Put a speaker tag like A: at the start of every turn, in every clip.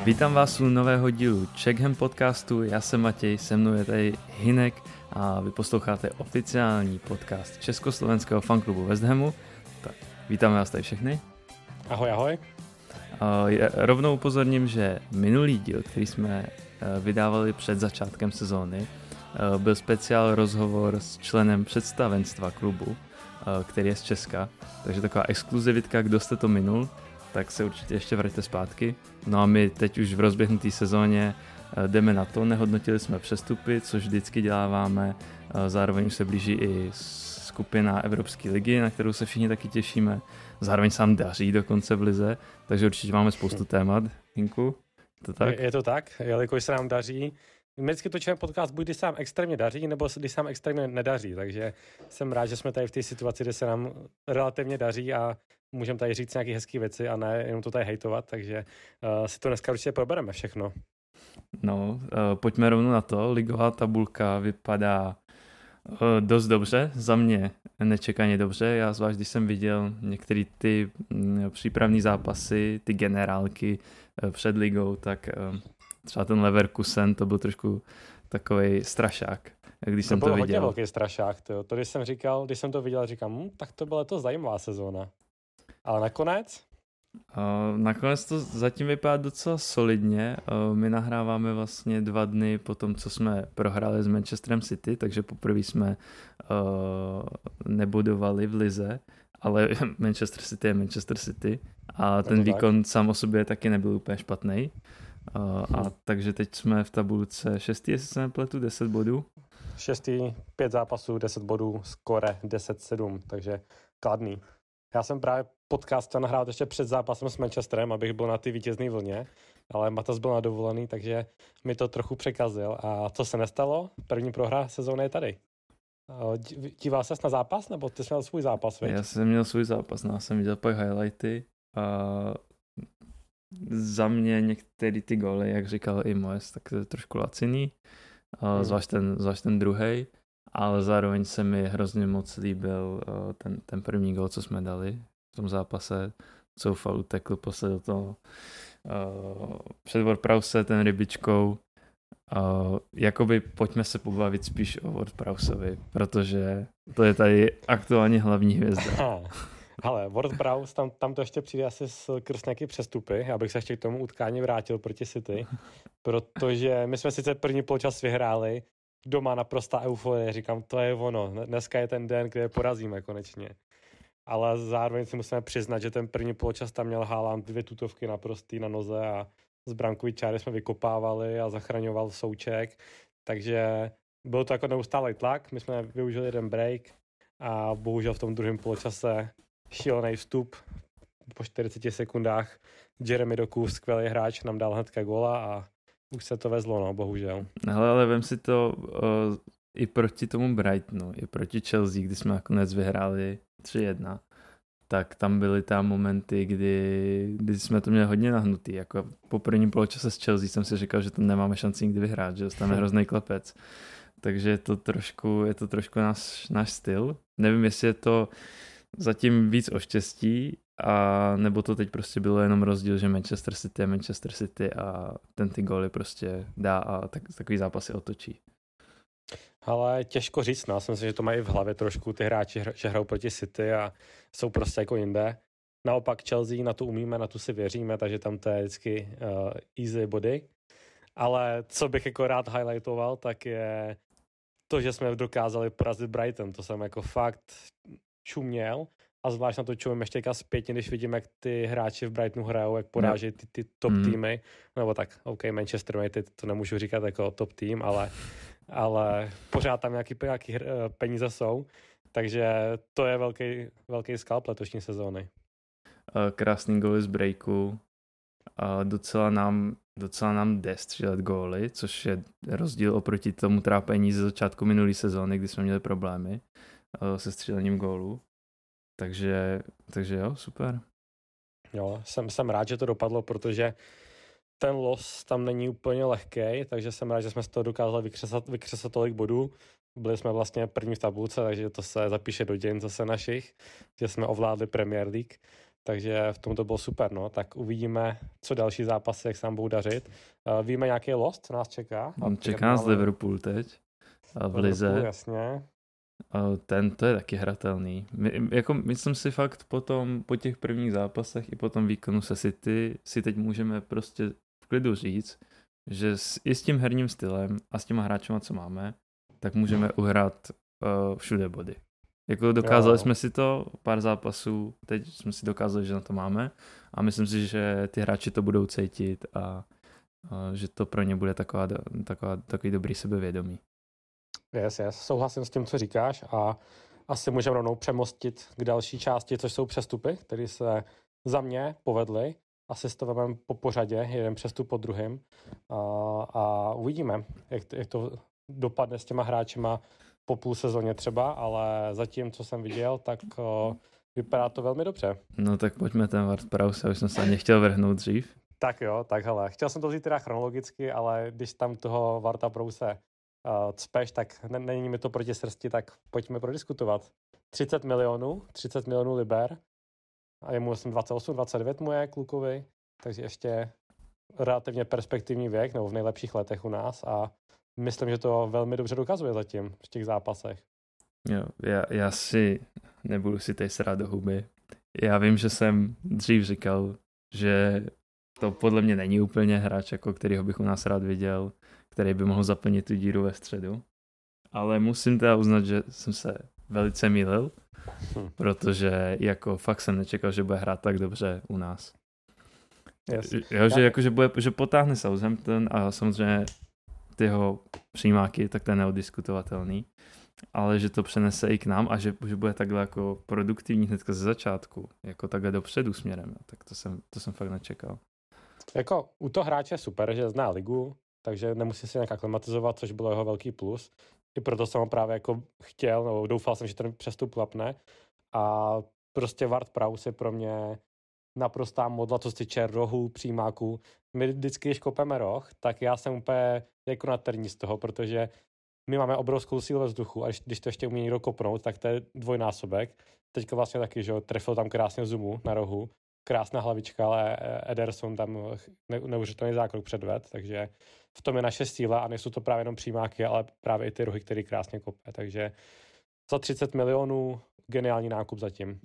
A: Vítám vás u nového dílu Checkham podcastu, já jsem Matěj, se mnou je tady Hinek a vy posloucháte oficiální podcast československého fanklubu West Hamu. Tak, vítáme vás tady všechny.
B: Ahoj, ahoj.
A: Rovnou upozorním, že minulý díl, který jsme vydávali před začátkem sezóny, byl speciál rozhovor s členem představenstva klubu, který je z Česka, takže taková exkluzivitka, kdo jste to minul, tak se určitě ještě vraťte zpátky. No a my teď už v rozběhnuté sezóně jdeme na to, nehodnotili jsme přestupy, což vždycky děláváme, zároveň už se blíží i skupina Evropské ligy, na kterou se všichni taky těšíme, zároveň se nám daří dokonce v lize, takže určitě máme spoustu témat. Hinku, to tak?
B: Je to tak, jelikož se nám daří. My vždycky točíme podcast buď když se nám extrémně daří, nebo když se nám extrémně nedaří, takže jsem rád, že jsme tady v té situaci, kde se nám relativně daří a můžeme tady říct nějaké hezké věci a ne jenom to tady hejtovat, takže si to dneska určitě probereme všechno.
A: No, pojďme rovnou na to. Ligová tabulka vypadá dost dobře, za mě nečekaně dobře. Já zvlášť, když jsem viděl některé ty přípravné zápasy, ty generálky před ligou, tak třeba ten Leverkusen, to byl trošku takovej strašák, když jsem to viděl. To byl hodně
B: velký strašák, to když jsem to viděl, říkám, tak to byla to zajímavá sezóna. Ale nakonec?
A: Nakonec to zatím vypadá docela solidně. My nahráváme vlastně 2 dny po tom, co jsme prohráli s Manchesterem City, takže poprvé jsme nebudovali v lize, ale Manchester City je Manchester City a ten výkon sám o sobě taky nebyl úplně špatný. A takže teď jsme v tabulce 6, jestli se nepletu, 10 bodů.
B: 6, 5 zápasů, 10 bodů, skore 10-7, takže kladný. Já jsem právě podcast nahrál ještě před zápasem s Manchesterem, abych byl na ty vítězné vlně, ale Matas byl na dovolený, takže mi to trochu překazil. A co se nestalo? První prohra sezóny je tady. Díval ses na zápas, nebo ty jsi měl svůj zápas, viď?
A: Já jsem měl svůj zápas, já jsem viděl pak highlighty a za mě některé ty góly, jak říkal i Moes, tak to je trošku laciný, zvlášť ten druhej, ale zároveň se mi hrozně moc líbil ten první gól, co jsme dali v tom zápase. Coufal utekl posle do toho před Ward-Prowse, ten rybičkou. Jakoby pojďme se pobavit spíš o Ward-Prowseovi, protože to je tady aktuálně hlavní hvězda.
B: Ale Ward-Prowse, tam to ještě přijde asi skrz nějaký přestupy. Já bych se ještě k tomu utkání vrátil proti City, protože my jsme sice první poločas vyhráli, doma naprostá euforie, říkám, to je ono, dneska je ten den, kde je porazíme konečně. Ale zároveň si musíme přiznat, že ten první poločas tam měl Haaland 2 tutovky naprostý na noze a z brankový čáry jsme vykopávali a zachraňoval Souček, takže byl to jako neustálý tlak, my jsme využili jeden break a bohužel v tom druhém poločase šílený vstup po 40 sekundách. Jeremy Doku, skvělý hráč, nám dal hnedka góla a už se to vezlo, no, bohužel.
A: Hele, ale vem si to i proti tomu Brightonu, i proti Chelsea, kdy jsme nakonec vyhráli 3-1, tak tam byly tam momenty, kdy jsme to měli hodně nahnutý. Jako po prvním poločase s Chelsea jsem si říkal, že to nemáme šanci nikdy vyhrát, že dostaneme hrozný klepec. Takže je to trošku náš styl. Nevím, jestli je to zatím víc o štěstí, a nebo to teď prostě bylo jenom rozdíl, že Manchester City je Manchester City a ten ty góly prostě dá a takový zápasy otočí.
B: Ale těžko říct, no. Myslím si, že to mají v hlavě trošku ty hráči, že hrajou proti City a jsou prostě jako jinde. Naopak Chelsea, na tu umíme, na tu si věříme, takže tam to je vždycky easy body. Ale co bych jako rád highlightoval, tak je to, že jsme dokázali porazit Brighton. To jsem jako fakt čuměl. A zvlášť na to čumím ještě zpětně, když vidím, jak ty hráči v Brightonu hrajou, jak porážejí ty top týmy. Nebo tak, OK, Manchester United, to nemůžu říkat jako top tým, ale pořád tam nějaký peníze jsou. Takže to je velký skalp letošní sezóny.
A: Krásný góly z breaku. Docela nám jde střílet góly, což je rozdíl oproti tomu trápení ze začátku minulé sezóny, kdy jsme měli problémy se střílením gólů. Takže jo, super.
B: Jo, jsem rád, že to dopadlo, protože ten los tam není úplně lehký, takže jsem rád, že jsme z toho dokázali vykřesat tolik bodů. Byli jsme vlastně první v tabulce, takže to se zapíše do dějin zase našich, že jsme ovládli Premier League. takže v tom to bylo super, no. Tak uvidíme, co další zápasy, jak se nám budou dařit. Víme, nějaký lost, co nás čeká?
A: Čeká nás Liverpool teď v lize.
B: Jasně.
A: To je taky hratelný. Myslím si fakt po těch prvních zápasech i po tom výkonu se City si teď můžeme prostě v klidu říct, že i s tím herním stylem a s těma hráčema, co máme, tak můžeme uhrát všude body. Jako dokázali jsme si to pár zápasů, teď jsme si dokázali, že na to máme a myslím si, že ty hráči to budou cítit a že to pro ně bude takový dobrý sebevědomí.
B: Yes, souhlasím s tím, co říkáš a asi můžeme rovnou přemostit k další části, což jsou přestupy, které se za mě povedly. Asi to vezmeme po pořadě, jeden přestup po druhém a uvidíme, jak to dopadne s těma hráčima po půl sezóně třeba, ale zatím, co jsem viděl, tak vypadá to velmi dobře.
A: No tak pojďme ten Ward-Prowse, já už jsem se ani chtěl vrhnout dřív.
B: Tak jo, tak hele, chtěl jsem to vzít teda chronologicky, ale když tam toho Warta-Prowse cpeš, tak není mi to proti srsti, tak pojďme prodiskutovat. 30 milionů liber a je mu 28, 29 mu je klukovi, takže ještě relativně perspektivní věk, nebo v nejlepších letech u nás a myslím, že to velmi dobře dokazuje zatím v těch zápasech.
A: Jo, já si nebudu si tady srát do huby. Já vím, že jsem dřív říkal, že to podle mě není úplně hráč, jako kterýho bych u nás rád viděl, který by mohl zaplnit tu díru ve středu. Ale musím teda uznat, že jsem se velice mýlil, protože jako fakt jsem nečekal, že bude hrát tak dobře u nás.
B: Yes.
A: Jo, že potáhne Southampton a samozřejmě ty jeho přímáky, tak to je neodiskutovatelný, ale že to přenese i k nám a že bude takhle jako produktivní hnedka ze začátku, jako takhle dopředu směrem, tak to jsem fakt nečekal.
B: Jako u toho hráče je super, že zná ligu, takže nemusí se nějak aklimatizovat, což bylo jeho velký plus. I proto jsem ho právě jako chtěl, nebo doufal jsem, že ten přestup klapne. A prostě Ward-Prowse je pro mě naprostá modla, co se týče rohů, přímáků. My vždycky, když kopeme roh, tak já jsem úplně jako na trní z toho, protože my máme obrovskou sílu ve vzduchu a když to ještě umí někdo kopnout, tak to je dvojnásobek. Teďka vlastně taky, že trefil tam krásně Zumu na rohu. Krásná hlavička, ale Ederson tam neuvěřitelný zákrok předved, takže v tom je naše síla a nejsou to právě jenom přímáky, ale právě i ty rohy, který krásně kope. Takže za 30 milionů geniální nákup zatím.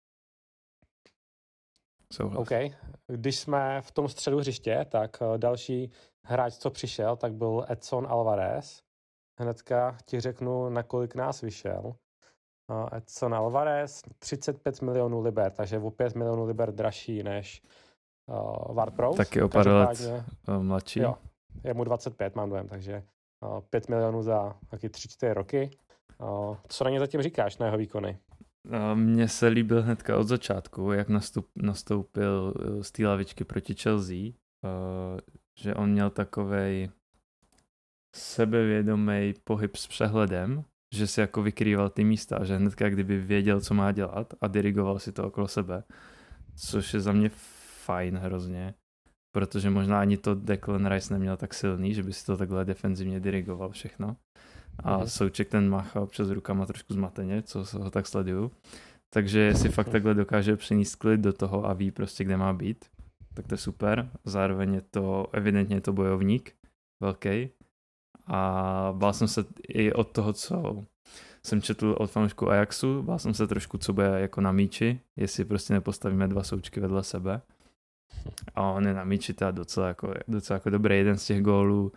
B: OK. Když jsme v tom středu hřiště, tak další hráč, co přišel, tak byl Edson Alvarez. Hnedka ti řeknu, na kolik nás vyšel. Edson Alvarez, 35 milionů liber, takže o 5 milionů liber dražší než Ward-Prowse.
A: Taky o pár let mladší.
B: Jo, je mu 25, mám dojem, takže 5 milionů za taky 3-4 roky. Co na ně zatím říkáš, na jeho výkony?
A: Mně se líbil hnedka od začátku, jak nastoupil z té lavičky proti Chelsea, že on měl takovej sebevědomý pohyb s přehledem, že si jako vykrýval ty místa, že hnedka kdyby věděl, co má dělat a dirigoval si to okolo sebe, což je za mě fajn hrozně, protože možná ani to Declan Rice neměl tak silný, že by si to takhle defenzivně dirigoval všechno. A Souček ten máchal přes rukama trošku zmateně, co ho tak sleduju. Takže jestli fakt takhle dokáže přinést klid do toho a ví prostě, kde má být, tak to je super. Zároveň je to evidentně to bojovník velký. A bál jsem se i od toho, co jsem četl od fanoušků Ajaxu, bál jsem se trošku, co bude jako na míči, jestli prostě nepostavíme dva Součky vedle sebe. A on je na míči teda docela jako dobrý, jeden z těch gólů,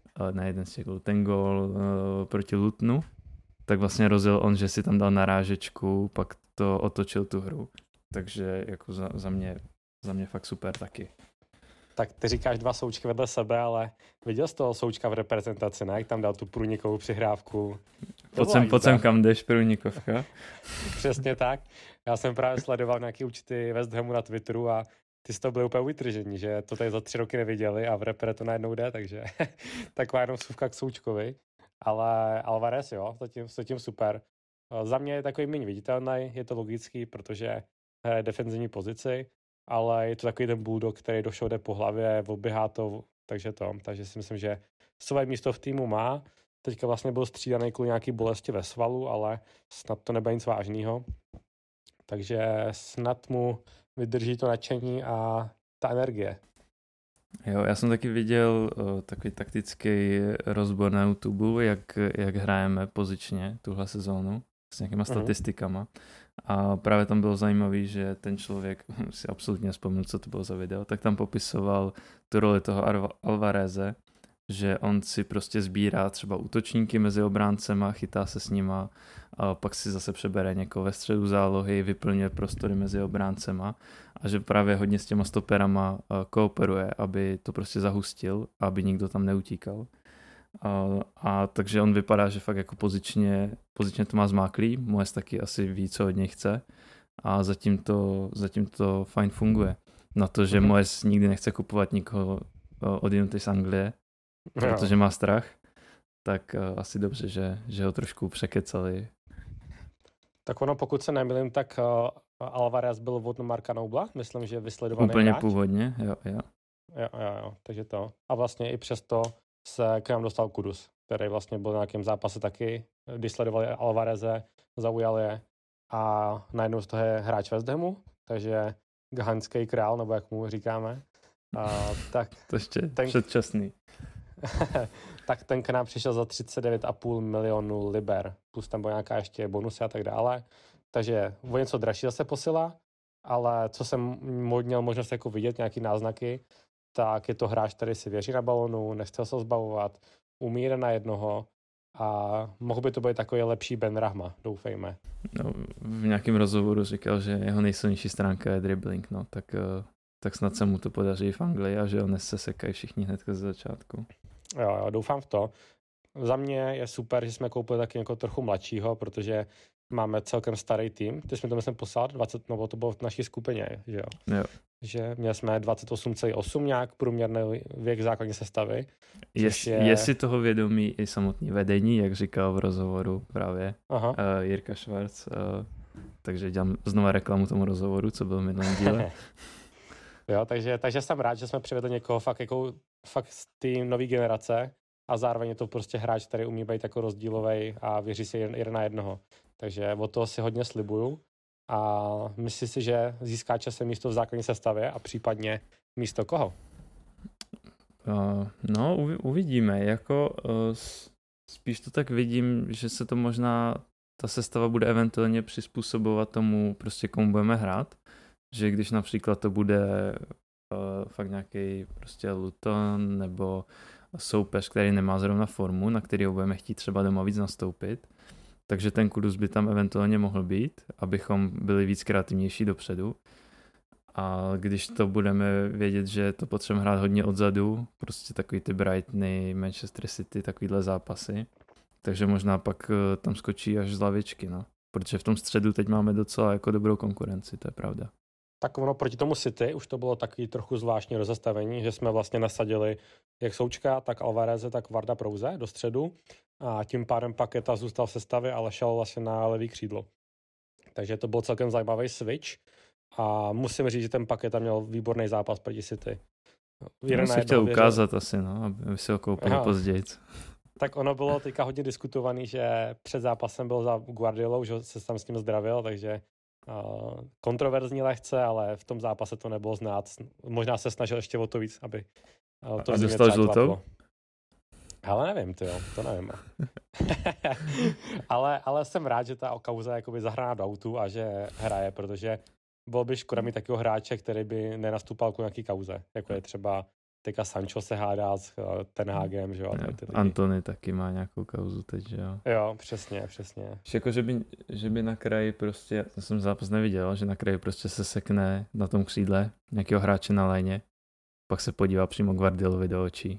A: ten gól proti Lutonu, tak vlastně rozjel on, že si tam dal narážečku, pak to otočil tu hru. Takže jako za mě fakt super taky.
B: Tak ty říkáš dva Součky vedle sebe, ale viděl jsi toho Součka v reprezentaci, ne? Jak tam dal tu průnikovou přihrávku.
A: Pojď sem kam jdeš, průnikovka.
B: Přesně tak. Já jsem právě sledoval nějaký účty West Hamu na Twitteru a ty jsi to byli úplně vytržení, že to tady za 3 roky neviděli a v repre to najednou jde, takže taková jenom vsuvka k Součkovi. Ale Alvarez, jo, zatím super. Za mě je takový méně viditelný, je to logický, protože hraje defenzivní pozici, ale je to takový ten bulldog, který došel jde po hlavě, oběhá to, takže si myslím, že své místo v týmu má. Teďka vlastně byl střídaný kvůli nějaký bolesti ve svalu, ale snad to nebude nic vážného. Takže snad mu vydrží to nadšení a ta energie.
A: Jo, já jsem taky viděl takový taktický rozbor na YouTube, jak hrajeme pozičně tuhle sezónu s nějakýma statistikama. A právě tam bylo zajímavý, že ten člověk, si absolutně vzpomněl, co to bylo za video, tak tam popisoval tu roli toho Alvareze, že on si prostě sbírá třeba útočníky mezi obráncema, chytá se s nima a pak si zase přebere někoho ve středu zálohy, vyplňuje prostory mezi obráncema a že právě hodně s těma stoperama kooperuje, aby to prostě zahustil, aby nikdo tam neutíkal. A takže on vypadá, že fakt jako pozičně to má zmáklý, Moes taky asi ví, co od něj chce a zatím to fajn funguje. Na to, že Moes nikdy nechce kupovat nikoho odinutý z Anglie, protože má strach, tak asi dobře, že ho trošku překecali.
B: Tak ono, pokud se nemýlím, tak Alvarez byl od Marka Nobla, myslím, že vysledovaný
A: úplně
B: hráč.
A: Původně, jo.
B: Jo, takže to. A vlastně i přesto se k nám dostal Kudus, který vlastně byl na nějakém zápase taky, když sledovali Alvareze, zaujal je a najednou z toho je hráč West Hamu, takže gahanský král, nebo jak mu říkáme. Tak
A: to ještě předčasný.
B: Tak ten k nám přišel za 39,5 milionů liber, plus tam byla nějaká ještě bonusy a tak dále. Takže o něco dražší zase posila, ale co jsem měl možnost jako vidět, nějaký náznaky, tak je to hráč, který si věří na balonu, nechce se zbavovat, umí jeden na jednoho a mohl by to být takový lepší Ben Rahma, doufejme.
A: No, v nějakém rozhovoru říkal, že jeho nejsilnější stránka je dribbling, no, tak snad se mu to podaří v Anglii a že ho nesesekají všichni hnedka ze začátku.
B: Jo, doufám v to. Za mě je super, že jsme koupili taky někoho trochu mladšího, protože máme celkem starý tým. Ty jsme to myslím poslal 20, no to bylo v naší skupině, že jo?
A: Jo.
B: Že měli jsme 28,8 nějak průměrný věk základní sestavy.
A: Je si toho vědomí i samotný vedení, jak říkal v rozhovoru právě Jirka Švarc. Takže dělám znova reklamu tomu rozhovoru, co byl v minulém díle.
B: Jo, takže jsem rád, že jsme přivedli někoho fakt z té nové generace a zároveň je to prostě hráč, který umí být jako rozdílovej a věří si jeden na jednoho. Takže od toho si hodně slibuju a myslím si, že získá časem místo v základní sestavě a případně místo koho?
A: No, uvidíme. Jako spíš to tak vidím, že se to možná, ta sestava bude eventuálně přizpůsobovat tomu prostě komu budeme hrát. Že když například to bude fakt nějaký prostě Luton nebo soupeř, který nemá zrovna formu, na který budeme chtít třeba doma víc nastoupit, takže ten Kudus by tam eventuálně mohl být, abychom byli víc kreativnější dopředu. A když to budeme vědět, že to potřebujeme hrát hodně odzadu, prostě takový ty Brightony, Manchester City, takovýhle zápasy, takže možná pak tam skočí až z lavičky, no. Protože v tom středu teď máme docela jako dobrou konkurenci, to je pravda.
B: Tak ono proti tomu City už to bylo takový trochu zvláštní rozestavení, že jsme vlastně nasadili jak Součka, tak Alvareze, tak Varda Prouze do středu a tím pádem Paketa zůstal v sestavě, ale šel vlastně na levý křídlo. Takže to byl celkem zajímavý switch a musím říct, že ten Paketa měl výborný zápas proti City.
A: Já si chtěl ukázat asi, no, aby si ho koupili později.
B: Tak ono bylo teďka hodně diskutovaný, že před zápasem byl za Guardiolou, že se tam s ním zdravil, takže kontroverzní lehce, ale v tom zápase to nebylo znát. Možná se snažil ještě o to víc, aby to
A: dostal žlutou?
B: Ale nevím, to nevím. ale jsem rád, že ta kauza je zahraná do autu a že hraje, protože bylo by škoda mít takového hráče, který by nenastupal k nějaký kauze, jako je třeba teďka Sancho se hádá s Ten Hagem, že jo.
A: Antony taky má nějakou kauzu teď, že jo.
B: Jo, přesně.
A: Jako, že by na kraji prostě, já jsem zápas neviděl, že na kraji prostě se sekne na tom křídle nějakého hráče na léně, pak se podívá přímo Guardiolovi do očí.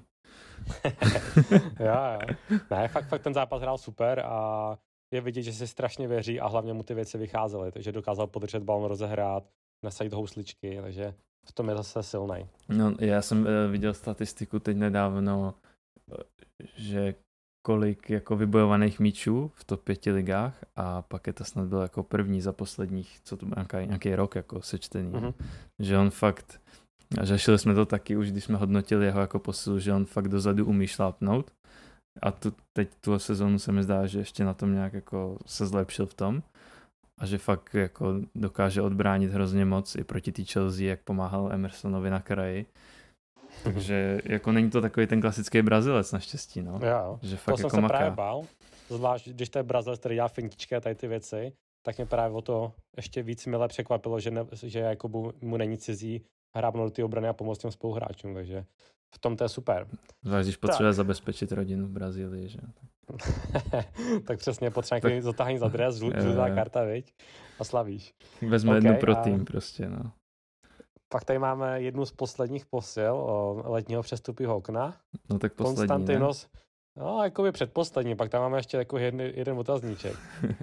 B: jo. Ne, fakt ten zápas hrál super a je vidět, že si strašně věří a hlavně mu ty věci vycházely, takže dokázal podržet balon, rozehrát, nasadit housličky, takže v tom je zase silnej.
A: No, já jsem viděl statistiku teď nedávno, že kolik jako vybojovaných míčů v top 5 ligách a Paketa snad byl jako první za posledních, co to byl nějaký rok jako sečtený. Mm-hmm. Že on fakt, a řešili jsme to taky už, když jsme hodnotili jeho jako posilu, že on fakt dozadu umí šlápnout a teď tu sezonu se mi zdá, že ještě na tom nějak jako se zlepšil v tom a že fakt jako dokáže odbránit hrozně moc i proti té Chelsea, jak pomáhal Emersonovi na kraji. Takže jako není to takový ten klasický Brazilec naštěstí, no.
B: Jo,
A: že fakt
B: to
A: jako
B: jsem se
A: maká.
B: právě bál, zvlášť když to je Brazilec, který dělá fintičky a tady ty věci, tak mě právě o to ještě víc mile překvapilo, že jako mu není cizí hrábnout do ty obrany a pomoct těm spoluhráčům, takže v tom to je super.
A: Zvlášť, když potřebuje zabezpečit rodinu v Brazílii, že?
B: Tak přesně, potřebuje zatáhání za dres, žlutá karta, viď? A slavíš.
A: Vezme jednu pro tým prostě, no.
B: Pak tady máme jednu z posledních posil o letního přestupního okna.
A: No tak poslední,
B: Konstantinos, no, jakoby předposlední, pak tam máme ještě jako jeden otazníček.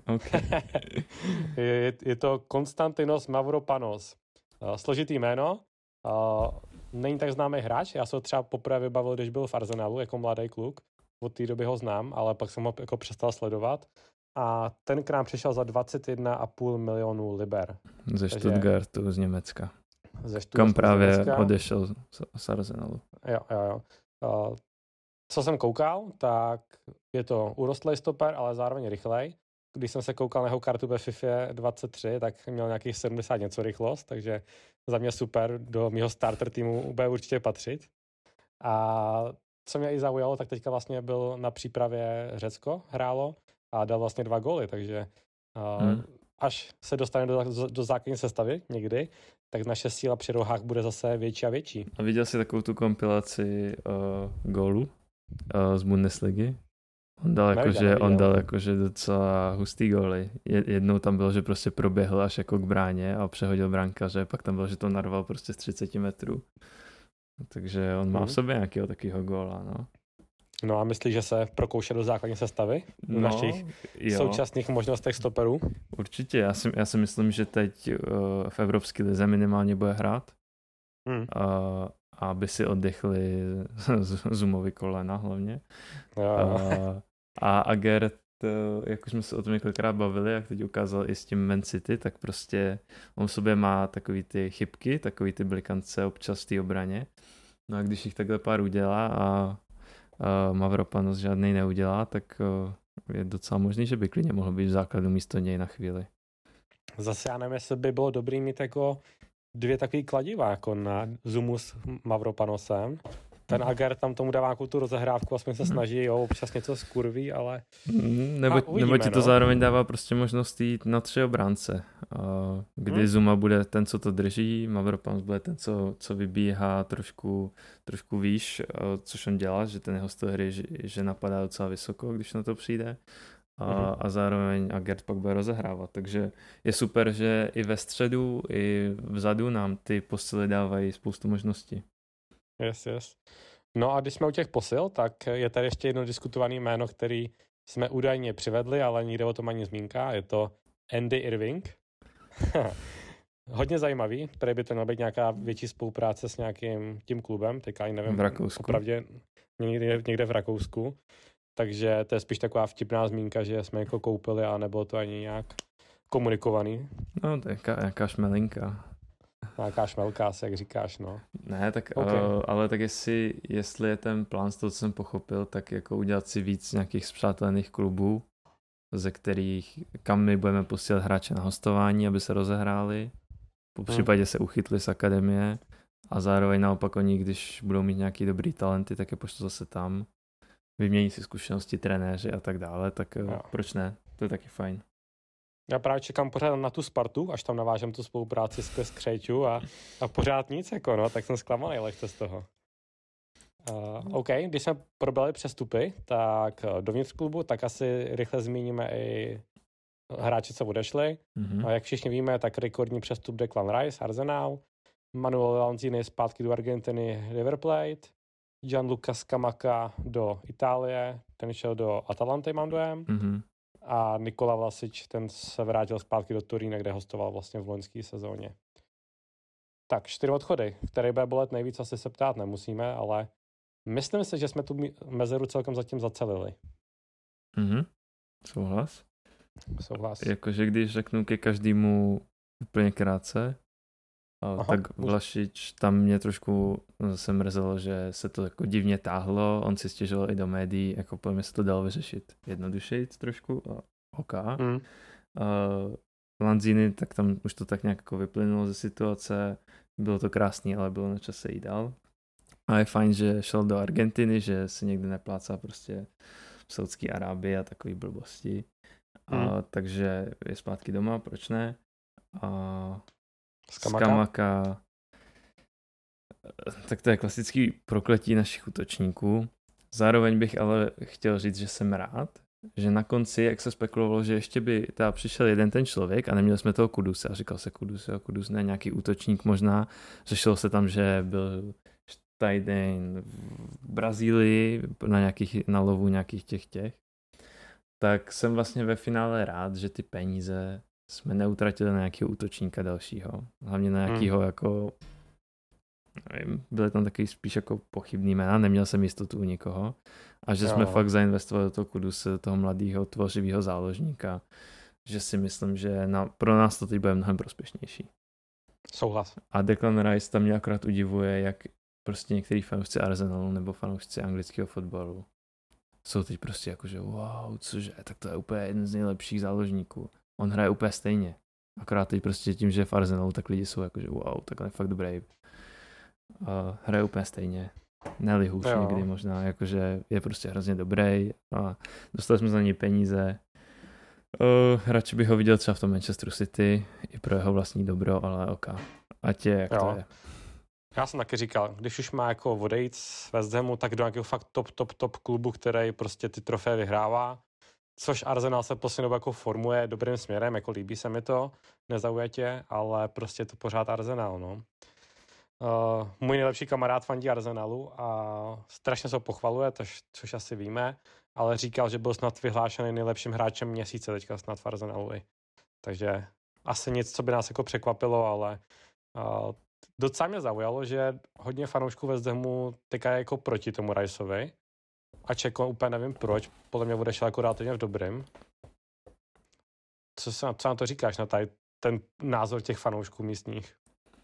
B: je to Konstantinos Mavropanos. Složitý jméno, není tak známý hráč, já se ho třeba poprvé vybavil, když byl v Arsenalu jako mladý kluk, od té doby ho znám, ale pak jsem ho jako přestal sledovat a ten k nám přišel za 21,5 milionů liber.
A: Ze Stuttgartu z Německa. Kam právě odešel z Arsenalu.
B: Jo. Co jsem koukal, tak je to urostlej stoper, ale zároveň rychlej. Když jsem se koukal na jeho kartu ve FIFA 23, tak měl nějakých 70 něco rychlost, takže za mě super, do mého starter týmu bude určitě patřit. A co mě i zaujalo, tak teďka vlastně byl na přípravě Řecko, hrálo a dal vlastně 2 góly, takže až se dostane do základní sestavy někdy, tak naše síla při rohách bude zase větší a větší.
A: A viděl jsi takovou tu kompilaci gólů z Bundesligy? On dal jakože docela hustý góly. Jednou tam bylo, že prostě proběhl až jako k bráně a přehodil brankaře, pak tam bylo, že to narval prostě z 30 metrů. Takže on má v sobě nějakého takového góla, no.
B: No a myslíš, že se prokouše do základní sestavy v našich současných možnostech stoperů?
A: Určitě, já si myslím, že teď v Evropské lize minimálně bude hrát. Aby si oddechli Zumovi kolena hlavně. A Agert, jak už jsme se o tom několikrát bavili, jak teď ukázal i s tím Man City, tak prostě on v sobě má takový ty chybky, takový ty blikance občas v té obraně. No a když jich takhle pár udělá a Mavropanos žádnej neudělá, tak je docela možný, že by klidně mohl být v základu místo něj na chvíli.
B: Zase já nevím, jestli by bylo dobrý mít jako 2 takový kladiva, jako na Zumu s Mavropanosem. Ten Ager tam tomu dává tu rozehrávku, aspoň se snaží, občas něco skurví, ale
A: nebo ti to zároveň dává prostě možnost jít na 3 obránce. Kdy Zuma bude ten, co to drží, Mavropanos bude ten, co vybíhá trošku výš, což on dělá, že ten jeho styl hry, že napadá docela vysoko, když na to přijde. A zároveň Agert pak bude rozehrávat. Takže je super, že i ve středu, i vzadu nám ty posily dávají spoustu možností.
B: Yes. No a když jsme u těch posil, tak je tady ještě jedno diskutované jméno, který jsme údajně přivedli, ale nikde o tom ani zmínka. Je to Andy Irving. Hodně zajímavý, tady by to měla být nějaká větší spolupráce s nějakým tím klubem, teďka ani nevím.
A: V Rakousku.
B: Opravdě někde v Rakousku. Takže to je spíš taková vtipná zmínka, že jsme jako koupili a nebylo to ani nějak komunikovaný.
A: No, to je nějaká šmelinka.
B: Nějaká šmelka, asi, jak říkáš, no.
A: Ne, tak, okay. Ale tak jestli je ten plán z toho, co jsem pochopil, tak jako udělat si víc nějakých spřátelených klubů, ze kterých, kam my budeme posílat hráče na hostování, aby se rozehráli, po případě se uchytli z akademie a zároveň naopak oni, když budou mít nějaký dobrý talenty, tak je pošlu zase tam, vymění si zkušenosti trenéři a tak dále, tak proč ne? To je taky fajn.
B: Já právě čekám pořád na tu Spartu, až tam navážem tu spolupráci s Křejčů a pořád nic, jako no, tak jsem zklamaný lehce z toho. OK, když jsme probrali přestupy, tak dovnitř klubu, tak asi rychle zmíníme i hráči, co odešli. A jak všichni víme, tak rekordní přestup Declan Rice, Arsenal, Manuel Lanzini zpátky do Argentiny, River Plate, Gianluca Scamacca do Itálie, ten šel do Atalanty, mám dojem. A Nikola Vlasič, ten se vrátil zpátky do Turína, kde hostoval vlastně v loňské sezóně. Tak, 4 odchody, které bude bolet nejvíc, asi se ptát nemusíme, ale myslím si, že jsme tu mezeru celkem zatím zacelili.
A: Souhlas.
B: Souhlas.
A: Jakože když řeknu ke každému úplně krátce, tak Vlašič, tam mě trošku zase mrzelo, že se to jako divně táhlo, on si stěžoval i do médií, jako podle mě se to dalo vyřešit jednodušeji trošku, OK. Lanzini, tak tam už to tak nějak jako vyplynulo ze situace. Bylo to krásný, ale bylo na čase jít dál. A je fajn, že šel do Argentiny, že se někde neplácá prostě v Saudské Arábii a takový blbosti. Takže je zpátky doma, proč ne? A Scamacca, tak to je klasický prokletí našich útočníků. Zároveň bych ale chtěl říct, že jsem rád, že na konci, jak se spekulovalo, že ještě by teda přišel jeden ten člověk a neměli jsme toho Kuduse a říkal se Kudus ne, nějaký útočník možná, řešilo se tam, že byl Steindl v Brazílii na lovu nějakých těch, tak jsem vlastně ve finále rád, že ty peníze jsme neutratili na nějakého útočníka dalšího, hlavně na nějakého jako nevím, byly tam taky spíš jako pochybný jména, neměl jsem jistotu u nikoho a že jsme fakt zainvestovali do toho Kuduse, do toho mladého tvořivého záložníka, že si myslím, že pro nás to teď bude mnohem prospěšnější.
B: Souhlas.
A: A Declan Rice tam mě akorát udivuje, jak prostě některý fanoušci Arsenalu nebo fanoušci anglického fotbalu jsou teď prostě jako, že wow, cože, tak to je úplně jeden z nejlepších záložníků. On hraje úplně stejně. Akorát teď prostě tím, že je v Arsenalu, tak lidi jsou jako, že wow, tak on je fakt dobrý. Hraje úplně stejně. Ne-li hůř někdy možná, jakože je prostě hrozně dobrý a dostali jsme za něj peníze. Radši bych ho viděl třeba v tom Manchesteru City i pro jeho vlastní dobro, ale ať je, jak to je.
B: Já jsem taky říkal, když už má jako odejít z West Hamu, tak do nějakého fakt top klubu, který prostě ty trofeje vyhrává, což Arsenal se poslední dobou jako formuje dobrým směrem, jako líbí se mi to, nezaujatě, ale prostě je to pořád Arsenal, no. Můj nejlepší kamarád fandí Arsenalu a strašně se ho pochvaluje, což asi víme, ale říkal, že byl snad vyhlášený nejlepším hráčem měsíce teďka snad v Arsenalu. Takže asi nic, co by nás jako překvapilo, ale docela mě zaujalo, že hodně fanoušků West Hamu teďka je jako proti tomu Riceovi. Ač jako úplně nevím proč, podle mě odešel jako relativně v dobrým. Co na to říkáš, na ten názor těch fanoušků místních?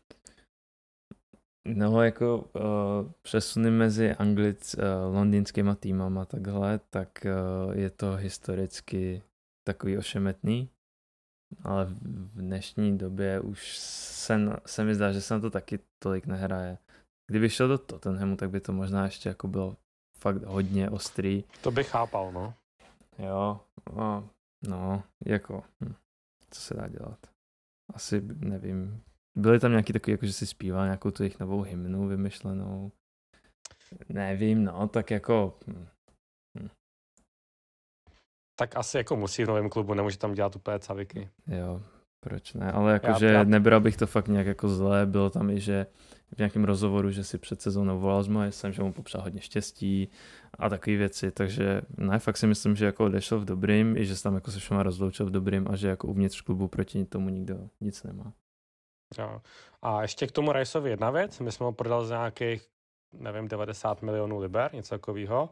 A: No, jako přesuny mezi londýnskýma týmama takhle, tak je to historicky takový ošemetný, ale v dnešní době už se mi zdá, že se na to taky tolik nehraje. Kdyby šel do Tottenhamu, tak by to možná ještě jako bylo fakt hodně ostrý.
B: To bych chápal, no.
A: Jo, no, jako, co se dá dělat? Asi nevím. Byly tam nějaký takový, jako že si zpíval nějakou tu jejich novou hymnu vymyšlenou. Nevím, no, tak jako... Tak
B: asi jako musí v novém klubu, nemůže tam dělat úplně caviky.
A: Jo, proč ne, ale jakože nebral bych to fakt nějak jako zlé, bylo tam i, že v nějakém rozhovoru, že si před sezónou volal s Moyesem, že mu popřál hodně štěstí a takové věci, takže ne, fakt si myslím, že jako odešel v dobrým, i že se tam jako se všema rozloučil v dobrým a že jako uvnitř klubu proti tomu nikdo nic nemá.
B: Jo. A ještě k tomu Riceovi jedna věc, my jsme ho prodali za nějakých, nevím, 90 milionů liber, něco takového.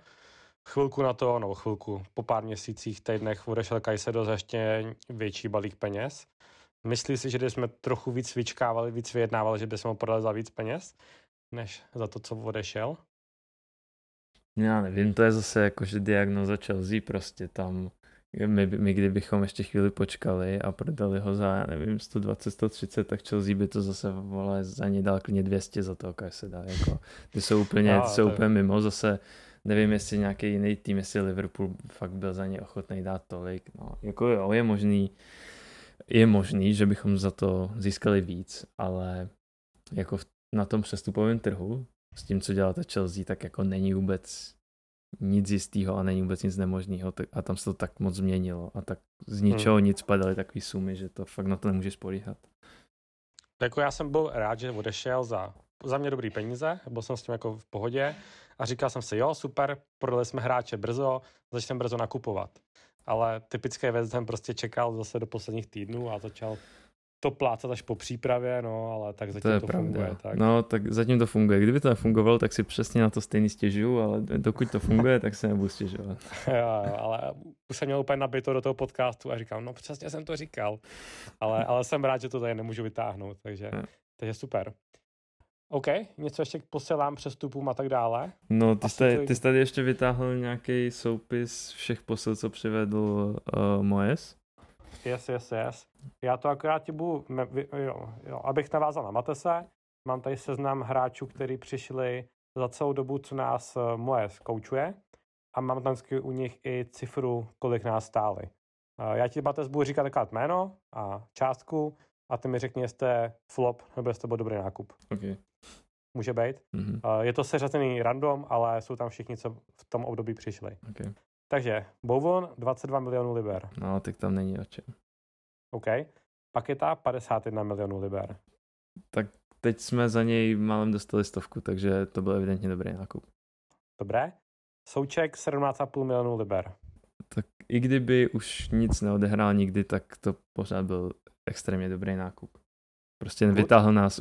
B: Po pár měsících, týdnech odešel Caicedo za ještě větší balík peněz. Myslíš si, že kdybychom trochu víc vyčkávali, víc vyjednávali, že bychom ho prodali za víc peněz, než za to, co odešel?
A: Já nevím, to je zase jakože diagnoza Chelsea, prostě tam my kdybychom ještě chvíli počkali a prodali ho za, já nevím, 120, 130, tak Chelsea by to zase za ně dal klidně 200 za to, jak se dá, jako, ty jsou úplně mimo, zase nevím, jestli nějaký jiný tým, jestli Liverpool fakt byl za ně ochotný dát tolik, no, jako jo, je možný, že bychom za to získali víc, ale jako na tom přestupovém trhu, s tím, co dělá ta Chelsea, tak jako není vůbec nic jistého a není vůbec nic nemožného a tam se to tak moc změnilo a tak z ničeho nic padaly takový sumy, že to fakt na to nemůžeš spolíhat.
B: Jako já jsem byl rád, že odešel za mě dobrý peníze, byl jsem s tím jako v pohodě a říkal jsem si, jo, super, prodali jsme hráče brzo, začneme brzo nakupovat. Ale typické West Ham prostě čekal zase do posledních týdnů a začal to plácat až po přípravě, no, ale tak zatím to funguje. Tak.
A: No, tak zatím to funguje. Kdyby to nefungovalo, tak si přesně na to stejně stěžuju, ale dokud to funguje, tak se nebudu stěžovat.
B: jo, ale už jsem měl úplně nabito do toho podcastu a říkám, no přesně jsem to říkal. Ale jsem rád, že to tady nemůžu vytáhnout, takže super. OK, něco ještě k posilám, přestupům a tak dále?
A: No, ty jsi tady ještě vytáhl nějaký soupis všech posil, co přivedl Moyes?
B: Yes. Já to akorát ti budu, abych navázal na Matese, mám tady seznam hráčů, kteří přišli za celou dobu, co nás Moyes koučuje a mám tam u nich i cifru, kolik nás stáli. Já ti, Mates, budu říkat takové jméno a částku a ty mi řekni, jestli to je flop nebo jestli to byl dobrý nákup.
A: Okay.
B: Může být. Je to seřazený random, ale jsou tam všichni, co v tom období přišli.
A: Okay.
B: Takže Bowen 22 milionů liber.
A: No, tak tam není o čem.
B: OK. Paketa 51 milionů liber.
A: Tak teď jsme za něj málem dostali 100, takže to byl evidentně dobrý nákup.
B: Dobré. Souček 17,5 milionů liber.
A: Tak i kdyby už nic neodehrál nikdy, tak to pořád byl extrémně dobrý nákup. Prostě vytáhl nás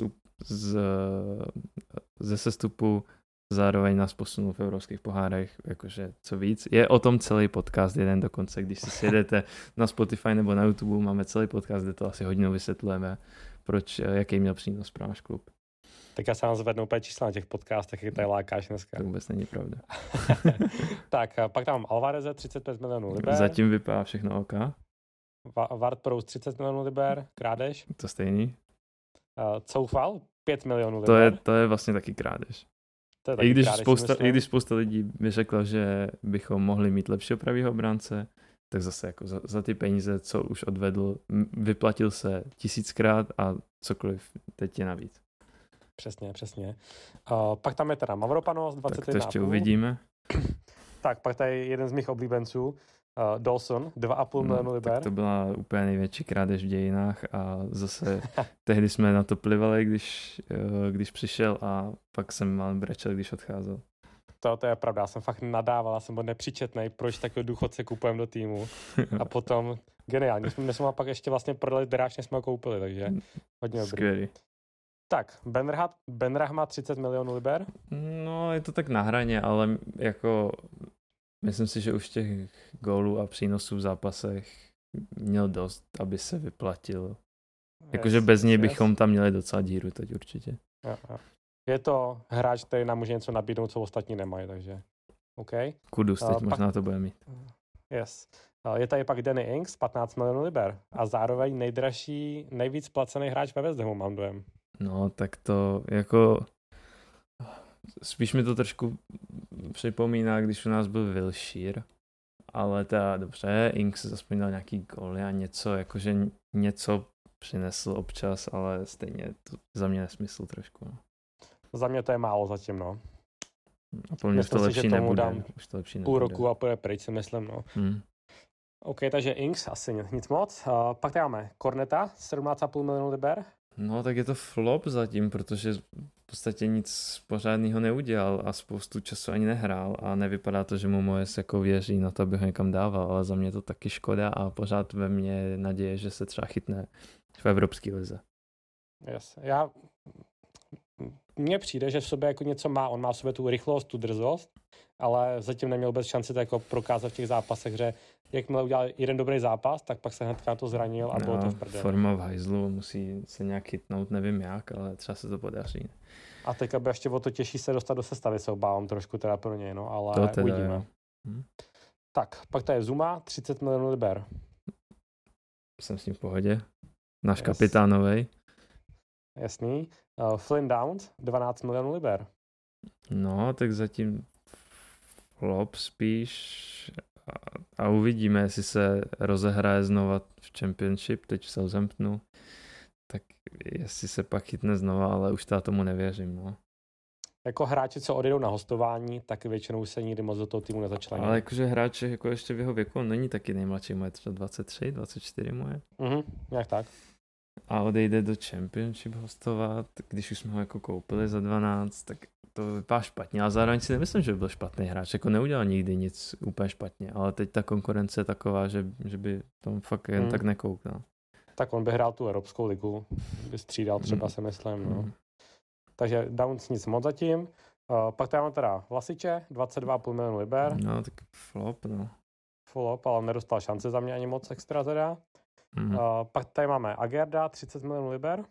A: ze sestupu, zároveň nás posunul v evropských pohárech, jakože co víc. Je o tom celý podcast, jeden dokonce, když si sjedete na Spotify nebo na YouTube, máme celý podcast, kde to asi hodinu vysvětlujeme, jaký měl přínos pro náš klub.
B: Tak já se vám zvednu úplně čísla na těch podcastech, jak tady lákáš dneska.
A: To vůbec není pravda.
B: Tak, pak tam mám Alvareze 35 milionů liber.
A: Zatím vypadá všechno OK.
B: Ward Prowse 30 milionů liber, krádež.
A: To stejný.
B: Coufal 5 milionů liber.
A: To je vlastně taky krádež.
B: I
A: když spousta lidí by řekla, že bychom mohli mít lepšího pravýho obránce, tak zase jako za ty peníze, co už odvedl, vyplatil se 1000krát a cokoliv teď je navíc.
B: Přesně. Pak tam je teda Mavropanos 21,5.
A: Tak to ještě uvidíme.
B: Tak, pak tady jeden z mých oblíbenců, Dawson, 2,5 milionu liber.
A: Tak to byla úplně největší krádež v dějinách a zase tehdy jsme na to plivali, když přišel a pak jsem mal brečel, když odcházel.
B: To je pravda, já jsem fakt nadával, jsem byl nepříčetnej, proč takový důchodce kupujeme do týmu a potom geniálně. My jsme pak ještě vlastně prodali dráž, než jsme ho koupili, takže hodně dobrý.
A: Skvělý.
B: Tak, Benrahma 30 milionů liber.
A: No, je to tak na hraně, ale jako myslím si, že už těch gólů a přínosů v zápasech měl dost, aby se vyplatil. Jakože bez něj bychom tam měli docela díru teď určitě.
B: Jo. Je to hráč, který nám může něco nabídnout, co ostatní nemají, takže OK.
A: Kudus teď možná to bude mít.
B: Yes. Je tady pak Danny Ings, 15 milionů liber a zároveň nejdražší, nejvíc placený hráč ve West Hamu, mám dojem.
A: No, tak to jako spíš mi to trošku připomíná, když u nás byl Wilshere, ale teda dobře, Ings aspoň dal nějaký góly a něco, jakože něco přinesl občas, ale stejně to za mě nesmysl trošku. No.
B: Za mě to je málo zatím, no.
A: A po mě už to lepší nebude. Už to lepší
B: půl roku a půjde pryč, si myslím, no. OK, takže Ings asi nic moc. Pak tady máme Corneta, 17,5 milionů liber.
A: No, tak je to flop zatím, protože v podstatě nic pořádného neudělal a spoustu času ani nehrál a nevypadá to, že mu Moyes jako věří na to, aby ho někam dával, ale za mě to taky škoda a pořád ve mně naděje, že se třeba chytne v evropské lize.
B: Yes. Mně přijde, že v sobě jako něco má, on má v sobě tu rychlost, tu drzost, ale zatím neměl vůbec šanci to jako prokázat v těch zápasech, že jakmile udělal jeden dobrý zápas, tak pak se hnedka to zranil a bylo to v prdeli.
A: Forma v hajzlu, musí se nějak chytnout, nevím jak, ale třeba se to podaří.
B: A teďka by ještě o to těžší se dostat do sestavy, se obávám trošku teda pro něj, no, ale to uvidíme. Tak, pak tady je Zuma, 30 milionů liber.
A: Jsem s ním v pohodě. Náš kapitánovej.
B: Jasný. Flynn Downs, 12 milionů liber.
A: No, tak zatím flop spíš a uvidíme, jestli se rozehraje znova v Championship, teď v Southamptonu, tak jestli se pak chytne znova, ale už tomu nevěřím, no.
B: Jako hráči, co odejdou na hostování, tak většinou se nikdy moc do toho týmu nezačlení.
A: Ale jakože hráči jako ještě v jeho věku, on není taky nejmladší, mu je třeba 23, 24 mu je.
B: Jak tak.
A: A odejde do Championship hostovat, když už jsme ho jako koupili za 12, tak to vypadá špatně. A zároveň si nemyslím, že by byl špatný hráč, jako neudělal nikdy nic úplně špatně, ale teď ta konkurence je taková, že by tam fakt jen tak nekouknal.
B: Tak on by hrál tu Evropskou ligu, by střídal třeba, si myslím. No. Takže Downs nic moc zatím. Pak tady mám teda Vlasiče, 22,5 milionů liber.
A: No, tak flop, no.
B: Flop, ale nedostal šance za mě ani moc extra teda. Pak tady máme Agerda, 30 milionů liber.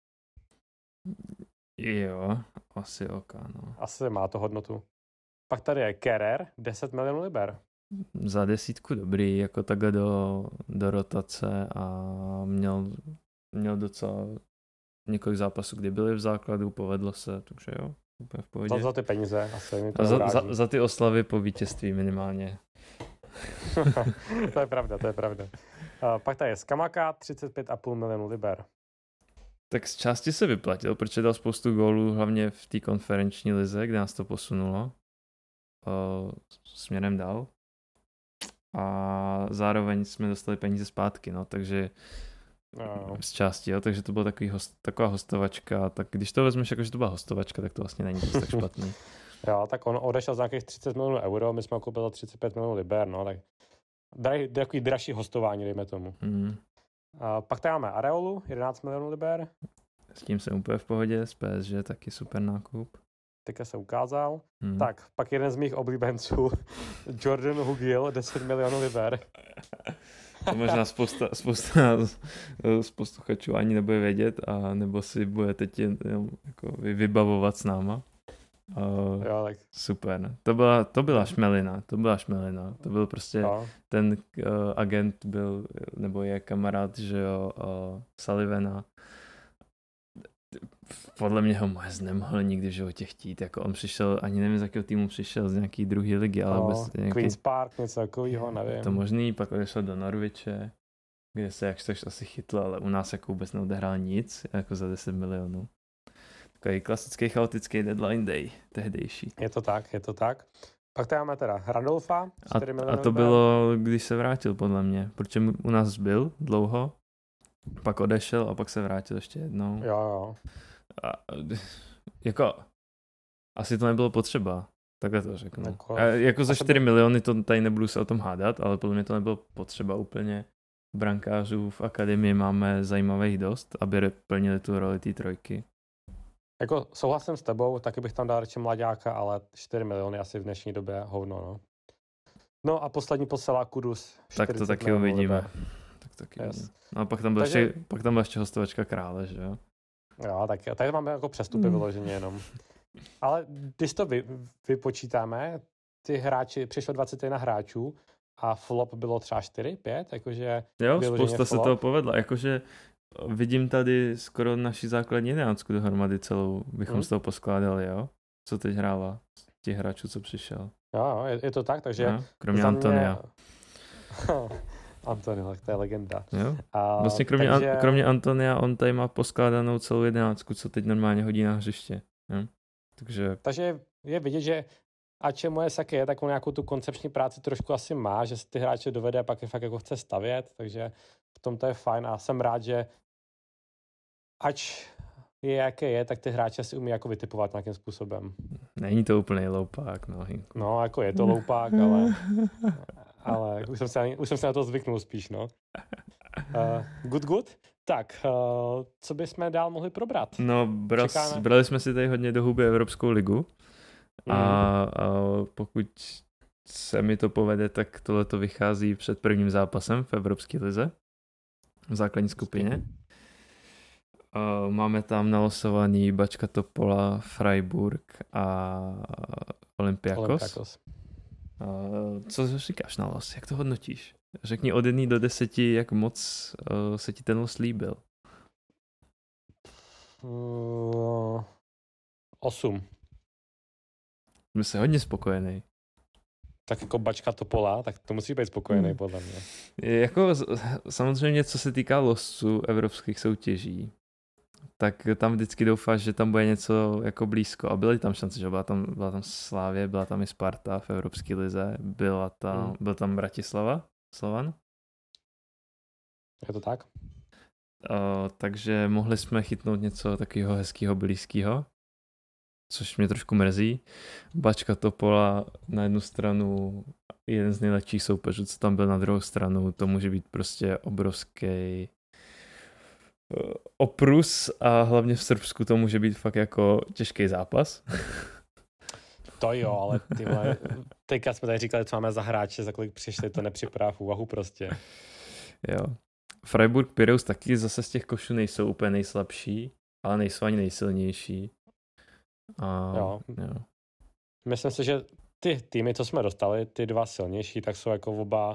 A: Jo, asi OK, no.
B: Asi má to hodnotu. Pak tady je Kerrer, 10 milionů liber.
A: za 10 dobrý, jako takhle do rotace a měl docela několik zápasů, kdy byli v základu, povedlo se, takže jo, úplně v pohodě.
B: Za ty peníze asi mi to
A: za ty oslavy po vítězství minimálně.
B: To je pravda. Pak tady je Skamaka, 35,5 milionů liber.
A: Tak z části se vyplatil, protože dal spoustu gólů, hlavně v té konferenční lize, kde nás to posunulo směrem dál. A zároveň jsme dostali peníze zpátky, no, takže z části, jo, takže to byla taková hostovačka, tak když to vezmeš jako, že to byla hostovačka, tak to vlastně není tak špatný.
B: Jo, tak on odešel za nějakých 30 milionů euro, my jsme koupili 35 milionů liber, no, tak takový dražší hostování, dejme tomu. Pak tady máme Areolu, 11 milionů liber.
A: S tím jsem úplně v pohodě, z PSG taky super nákup.
B: Teďka se ukázal. Tak, pak jeden z mých oblíbenců, Jordan Hugill, 10 milionů liber.
A: To možná spousta posluchačů ani nebude vědět, a nebo si bude teď jako vybavovat s náma.
B: Jo, tak.
A: Super. To byla šmelina. To byl prostě ten agent byl, nebo je kamarád, že jo, Sullivana. Podle mě ho moc nemohl nikdy v životě chtít. Jako on přišel, ani nevím, z jakého týmu přišel, z nějaký druhé ligy, ale
B: nějaký... Queen's Park, něco takového, nevím.
A: To možný, pak odešel do Norwiche, kde se jakž asi chytl, ale u nás jako vůbec neodehrál nic, jako za 10 milionů. Takový klasický chaotický deadline day, tehdejší.
B: Je to tak. Pak tady máme teda Radolfa, 4 milionů.
A: A to bylo, když se vrátil, podle mě, protože u nás byl dlouho, pak odešel a pak se vrátil ještě jednou.
B: Jo.
A: A, jako, asi to nebylo potřeba, takhle to řeknu. Jako za 4 miliony to tady nebudu se o tom hádat, ale podle mě to nebylo potřeba úplně. Brankářů v akademii máme zajímavých dost, aby plnili tu roli té trojky.
B: Jako souhlasím s tebou, taky bych tam dal radši mlaďáka, ale 4 miliony asi v dnešní době hovno, no. No a poslední posela Kudus.
A: Tak to taky uvidíme. No a pak tam byla ještě hostovačka Krále, že jo?
B: Jo, tak tady máme jako přestupy vyloženě jenom. Ale když to vypočítáme, ty hráči, přišlo 21 hráčů a flop bylo třeba 4, 5, jakože...
A: Jo, spousta se toho povedla, jakože vidím tady skoro naši základní 11 dohromady celou, bychom z toho poskládali, jo? Co teď hrála z těch hráčů, co přišel.
B: Jo, je to tak, takže...
A: Jo, kromě Antonia.
B: Antonio, to je legenda.
A: Jo? Vlastně kromě Antonia, on tady má poskládanou celou 11, co teď normálně hodí na hřiště. Jo?
B: Takže je vidět, že ač moje Saky je, tak on nějakou tu koncepční práci trošku asi má, že si ty hráče dovede a pak je fakt jako chce stavět, takže v tom to je fajn a jsem rád, že ač je jaké je, tak ty hráče si umí jako vytipovat nějakým způsobem.
A: Není to úplný loupák, no.
B: No, jako je to loupák, ale už jsem se na to zvyknul spíš, no. Good. Tak, co bychom dál mohli probrat?
A: No, brali jsme si tady hodně do huby Evropskou ligu a pokud se mi to povede, tak tohleto vychází před prvním zápasem v Evropské lize v základní skupině. Máme tam nalosovaný Bačka Topola, Freiburg a Olympiakos. Co říkáš na los? Jak to hodnotíš? Řekni od 1 do 10, jak moc se ti ten los líbil.
B: 8.
A: Jsem se hodně spokojený.
B: Tak jako Bačka Topola, tak to musí být spokojený podle mě.
A: Jako samozřejmě, co se týká losů evropských soutěží, tak tam vždycky doufáš, že tam bude něco jako blízko. A byly tam šance, že byla tam Slávě, byla tam i Sparta v Evropské lize, byl tam Bratislava, Slovan.
B: Je to tak?
A: Takže mohli jsme chytnout něco takového hezkého, blízkého, což mě trošku mrzí. Bačka Topola na jednu stranu jeden z nejlepších soupeřů, co tam byl, na druhou stranu to může být prostě obrovský oprus a hlavně v Srbsku to může být fakt jako těžký zápas.
B: To jo, ale tyhle, teďka jsme tady říkali, co máme za hráče, za kolik přišli, to nepřipadá v úvahu prostě.
A: Jo. Freiburg, Pireus taky zase z těch košů nejsou úplně nejslabší, ale nejsou ani nejsilnější. Jo.
B: Myslím si, že ty týmy, co jsme dostali, ty dva silnější, tak jsou jako oba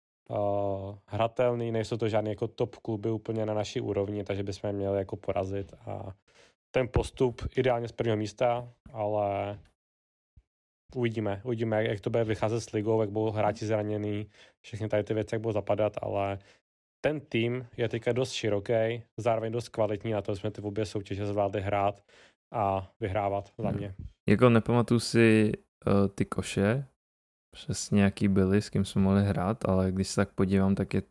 B: hratelný, nejsou to žádný jako top kluby úplně na naší úrovni, takže bychom je měli jako porazit a ten postup ideálně z prvního místa, ale uvidíme, jak to bude vycházet s ligou, jak budou hráči zraněný, všechny tady ty věci, jak budou zapadat, ale ten tým je teďka dost široký, zároveň dost kvalitní na to, že jsme ty obě soutěže zvládli hrát a vyhrávat za mě.
A: Jako nepamatuju si ty koše, přesně jaký byly, s kým jsme mohli hrát, ale když se tak podívám, tak je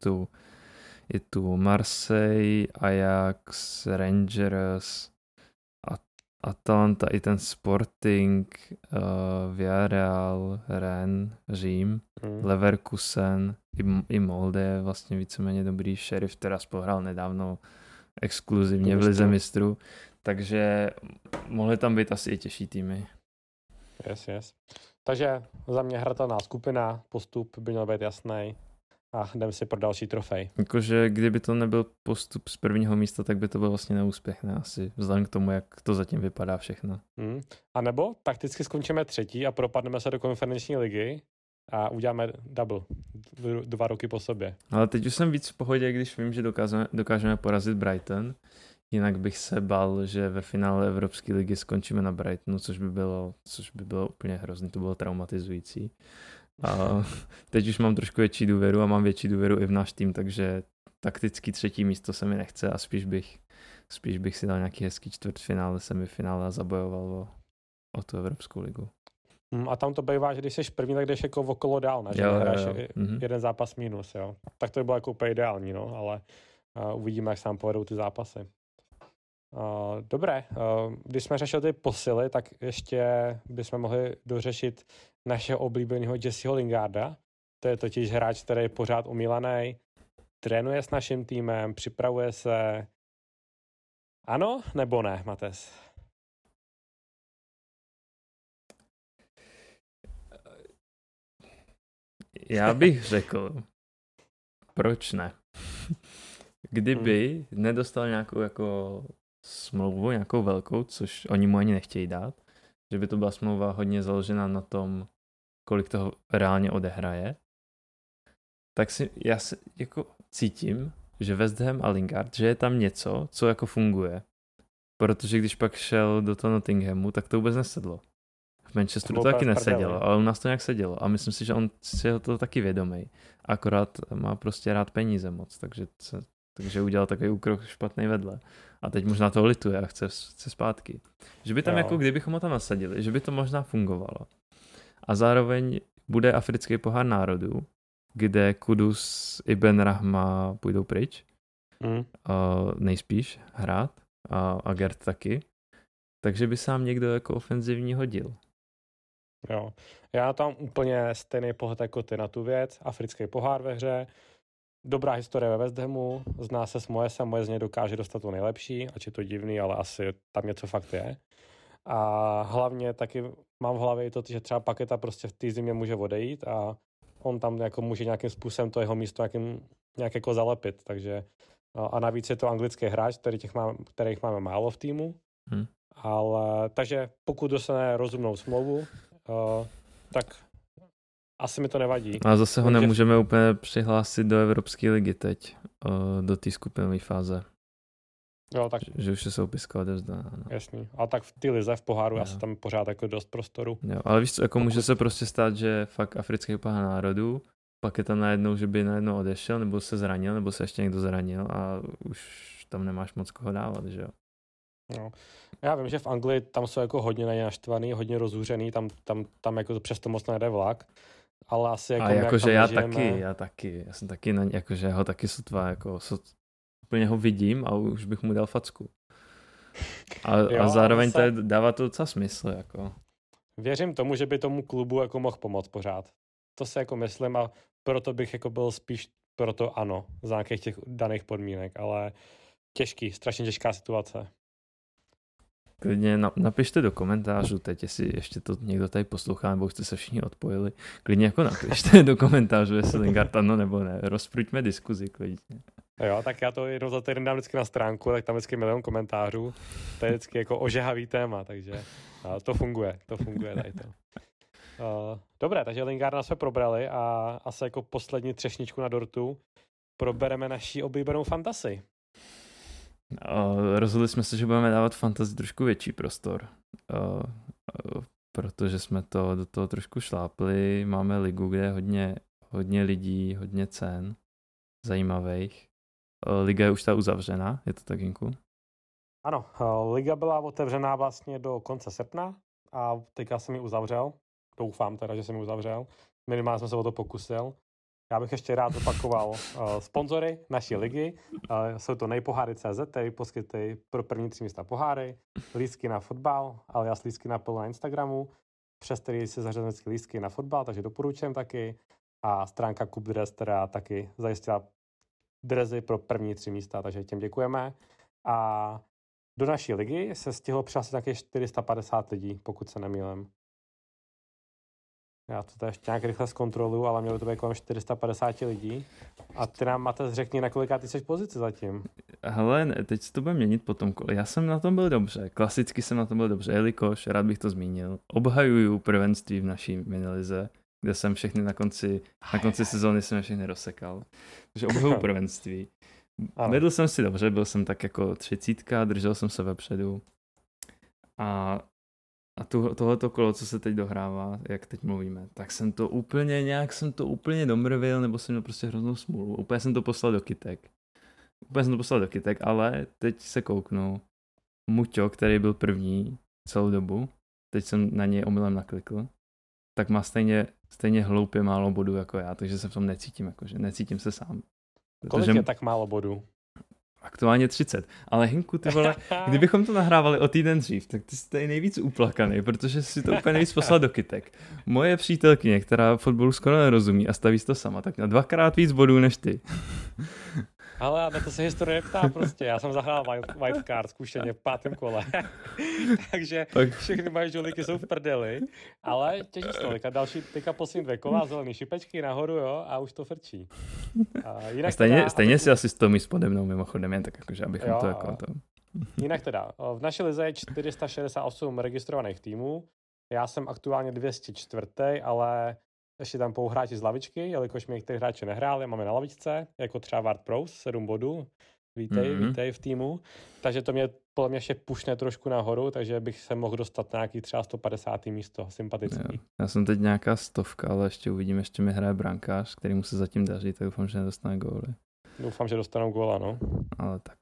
A: tu Marseille, Ajax, Rangers, Atalanta, i ten Sporting, Villarreal, Rennes, Řím, Leverkusen, i Molde je vlastně víceméně dobrý. Sheriff teraz pohrál nedávno exkluzivně v Lize mistrů, takže mohly tam být asi i těžší týmy.
B: Yes. Takže za mě hratelná skupina, postup by měl být jasný a jdem si pro další trofej.
A: Jakože kdyby to nebyl postup z prvního místa, tak by to byl vlastně neúspěch, ne? Asi vzhledem k tomu, jak to zatím vypadá všechno.
B: A nebo takticky skončíme třetí a propadneme se do konferenční ligy a uděláme double 2 roky po sobě.
A: Ale teď už jsem víc v pohodě, když vím, že dokážeme porazit Brighton. Jinak bych se bál, že ve finále Evropské ligy skončíme na Brightonu, což by bylo úplně hrozný, to bylo traumatizující. A teď už mám trošku větší důvěru a mám větší důvěru i v náš tým, takže takticky třetí místo se mi nechce a spíš bych si dal nějaký hezký čtvrtfinále, semifinále a zabojoval o tu Evropskou ligu.
B: A tam to bývá, že když jsi první, tak jdeš jako okolo dál, ne? Že hráš jeden zápas minus, jo. Tak to by bylo jako úplně ideální, no, ale uvidíme, jak se nám povedou ty zápasy. Dobré, když jsme řešili ty posily, tak ještě bychom mohli dořešit našeho oblíbeného Jesseho Lingarda. To je totiž hráč, který je pořád omílaný, trénuje s naším týmem, připravuje se. Ano nebo ne, Mates?
A: Já bych řekl, proč ne? Kdyby nedostal nějakou jako smlouvu, nějakou velkou, což oni mu ani nechtějí dát, že by to byla smlouva hodně založená na tom, kolik toho reálně odehraje, tak já se jako cítím, že West Ham a Lingard, že je tam něco, co jako funguje. Protože když pak šel do toho Nottinghamu, tak to vůbec nesedlo. V Manchesteru to taky nesedělo, ale u nás to nějak sedělo. A myslím si, že on si je to taky vědomý. Akorát má prostě rád peníze moc, takže udělal takový úkrok špatný vedle. A teď možná to lituje a chce zpátky. Že by tam jako, kdybychom ho tam nasadili, že by to možná fungovalo. A zároveň bude africký pohár národů, kde Kudus i Ben Rahma půjdou pryč. Nejspíš hrát. A Gerd taky. Takže by sám někdo jako ofenzivní hodil.
B: Jo. Já tam úplně stejný pohled jako ty na tu věc. Africký pohár ve hře. Dobrá historie ve West Hamu, zná se s Moyesem, Moyes z něj dokáže dostat to nejlepší, ač je to divný, ale asi tam něco fakt je. A hlavně taky mám v hlavě i to, že třeba Paketa prostě v té zimě může odejít a on tam jako může nějakým způsobem to jeho místo nějak jako zalepit, takže a navíc je to anglický hráč, kterých máme málo v týmu, ale takže pokud dostane rozumnou smlouvu, tak asi mi to nevadí.
A: A zase ho nemůžeme úplně přihlásit do Evropské ligy teď, do té skupinové fáze.
B: Jo, tak...
A: Že už je soupiska odevzdá. No.
B: Jasný. A tak v té lize v poháru asi tam pořád jako dost prostoru.
A: Jo, ale víš co, jako může se prostě stát, že fakt africký pohár národů, pak je tam najednou, že by najednou odešel, nebo se zranil, nebo se ještě někdo zranil a už tam nemáš moc koho dávat, že jo.
B: No. Já vím, že v Anglii tam jsou jako hodně naštvaný, hodně rozhůřený, tam jako přesto moc nejde vlak, ale asi jako...
A: A jakože já taky, já jsem taky, jakože ho taky sotva, jako úplně ho vidím a už bych mu dal facku. A zároveň dává to docela smysl, jako.
B: Věřím tomu, že by tomu klubu jako mohl pomoct pořád. To si jako myslím a proto bych jako byl spíš proto ano, za nějakých těch daných podmínek, ale strašně těžká situace.
A: Klidně napište do komentářů teď, jestli ještě to někdo tady poslouchá, nebo jste se všichni odpojili. Klidně jako napište do komentářů, jestli Lingard ano nebo ne. Rozpruďme diskuzi klidně.
B: Jo, tak já to jednou za týden dám vždycky na stránku, tak tam vždycky milion komentářů. To je vždycky jako ožehavý téma, takže to funguje tady to. Dobré, takže Lingardna jsme probrali a asi jako poslední třešničku na dortu probereme naší oblíbenou fantasy.
A: Rozhodli jsme se, že budeme dávat fantasy trošku větší prostor, protože jsme to do toho trošku šlápli. Máme ligu, kde je hodně lidí, hodně cen zajímavých. Liga je už ta uzavřená, je to tak, Jinku?
B: Ano, liga byla otevřená vlastně do konce srpna a teďka jsem ji uzavřel. Doufám teda, že jsem ji uzavřel. Minimálně jsem se o to pokusil. Já bych ještě rád opakoval sponzory naší ligy. Jsou to nejpoháry.cz, který poskytují pro první 3 místa poháry, lístky na fotbal, alias lístky na polo na Instagramu, přes který si zařazují lístky na fotbal, takže doporučujem taky. A stránka Cupdress, která taky zajistila drezy pro první 3 místa, takže těm děkujeme. A do naší ligy se stihlo přihlásit taky 450 lidí, pokud se nemýlím. Já to ještě nějak rychle zkontroluju, ale mělo to být kolem 450 lidí. A ty nám, Matez, řekni, na kolika ty jsi pozici zatím.
A: Hele, teď se to bude měnit potom. Já jsem na tom byl dobře. Klasicky jsem na tom byl dobře, jelikož, rád bych to zmínil, obhajuju prvenství v naší minilize, kde jsem všechny na konci sezóny jsem všechny rozsekal. Takže obhajuju prvenství. Vedl jsem si dobře, byl jsem tak jako 30, držel jsem se vepředu. A tohleto kolo, co se teď dohrává, jak teď mluvíme, tak jsem to úplně domrvil, nebo jsem měl prostě hroznou smůlu. Úplně jsem to poslal do kytek, ale teď se kouknu. Muťo, který byl první celou dobu, teď jsem na něj omylem naklikl, tak má stejně hloupě málo bodů jako já, takže se v tom necítím se sám.
B: Kolik je tak málo bodů?
A: Aktuálně 30. Ale Hinku, ty vole, kdybychom to nahrávali o týden dřív, tak ty jsi nejvíc uplakaný, protože si to úplně nejvíc poslal do kytek. Moje přítelkyně, která fotbalu skoro nerozumí a staví to sama, tak na 2x víc bodů než ty.
B: Ale na to se historie ptá prostě. Já jsem zahrál wildcard zkušeně v 5. kole. Takže všechny moje žolíky jsou v prdeli. Ale těží z toho. Teďka poslední 2 kola, zelený šipečky nahoru, jo, a už to frčí.
A: Stejně si asi 100 míst pode mnou mimochodem, jen tak jakože, abychom
B: jo,
A: to jako to...
B: Jinak teda, v naší lize je 468 registrovaných týmů. Já jsem aktuálně 204, ale ještě tam pou hráči z lavičky, jelikož mi někteří hráči nehráli, máme na lavičce, jako třeba Ward Pros, 7 bodů, vítej v týmu, takže to mě podle mě ještě pušne trošku nahoru, takže bych se mohl dostat na nějaký třeba 150. místo, sympatický.
A: Jo. Já jsem teď nějaká 100, ale ještě uvidím, ještě mi hraje brankář, který mu se zatím daří, tak doufám, že nedostane góly.
B: Doufám, že dostanou góla, no.
A: Ale tak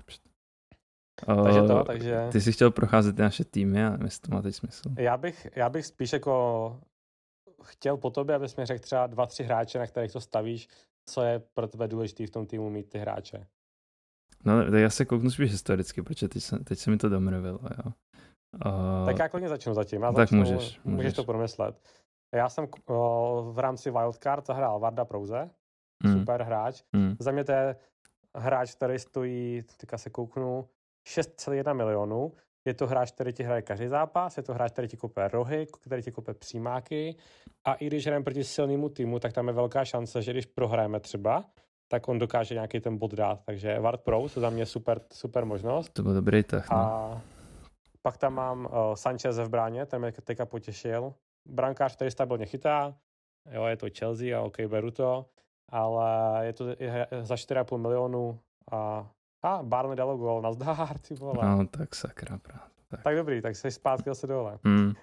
B: takže...
A: Ty jsi chtěl procházet ty naše týmy a nevím, jestli to má teď smysl.
B: Já bych spíš jako chtěl po tobě, abys mi řekl třeba 2-3 hráče, na kterých to stavíš, co je pro tebe důležitý v tom týmu mít ty hráče.
A: No, tak já se kouknu spíš historicky, protože teď se mi to domrvilo, jo.
B: Tak já klidně začnu zatím.
A: Tak můžeš
B: to promyslet. Já jsem v rámci Wildcard zahrál Warda Prouze, super hráč. Za mě to je hráč, který stojí, teďka se kouknu, 6,1 milionu. Je to hráč, který ti hraje každý zápas, je to hráč, který ti kope rohy, který ti kope přímáky a i když hrajeme proti silnému týmu, tak tam je velká šance, že když prohrajeme třeba, tak on dokáže nějaký ten bod dát. Takže Ward Prowse, to za mě super možnost.
A: To byl dobrý tah, no.
B: A pak tam mám Sanchez v bráně, ten mě teďka potěšil. Brankář, který stabilně chytá, jo, je to Chelsea a ok, beru to, ale je to za 4,5 milionu a Barney dalo gól, nazdár, ty vole.
A: No, tak sakra, právě.
B: Tak dobrý, tak jsi zpátky zase dole.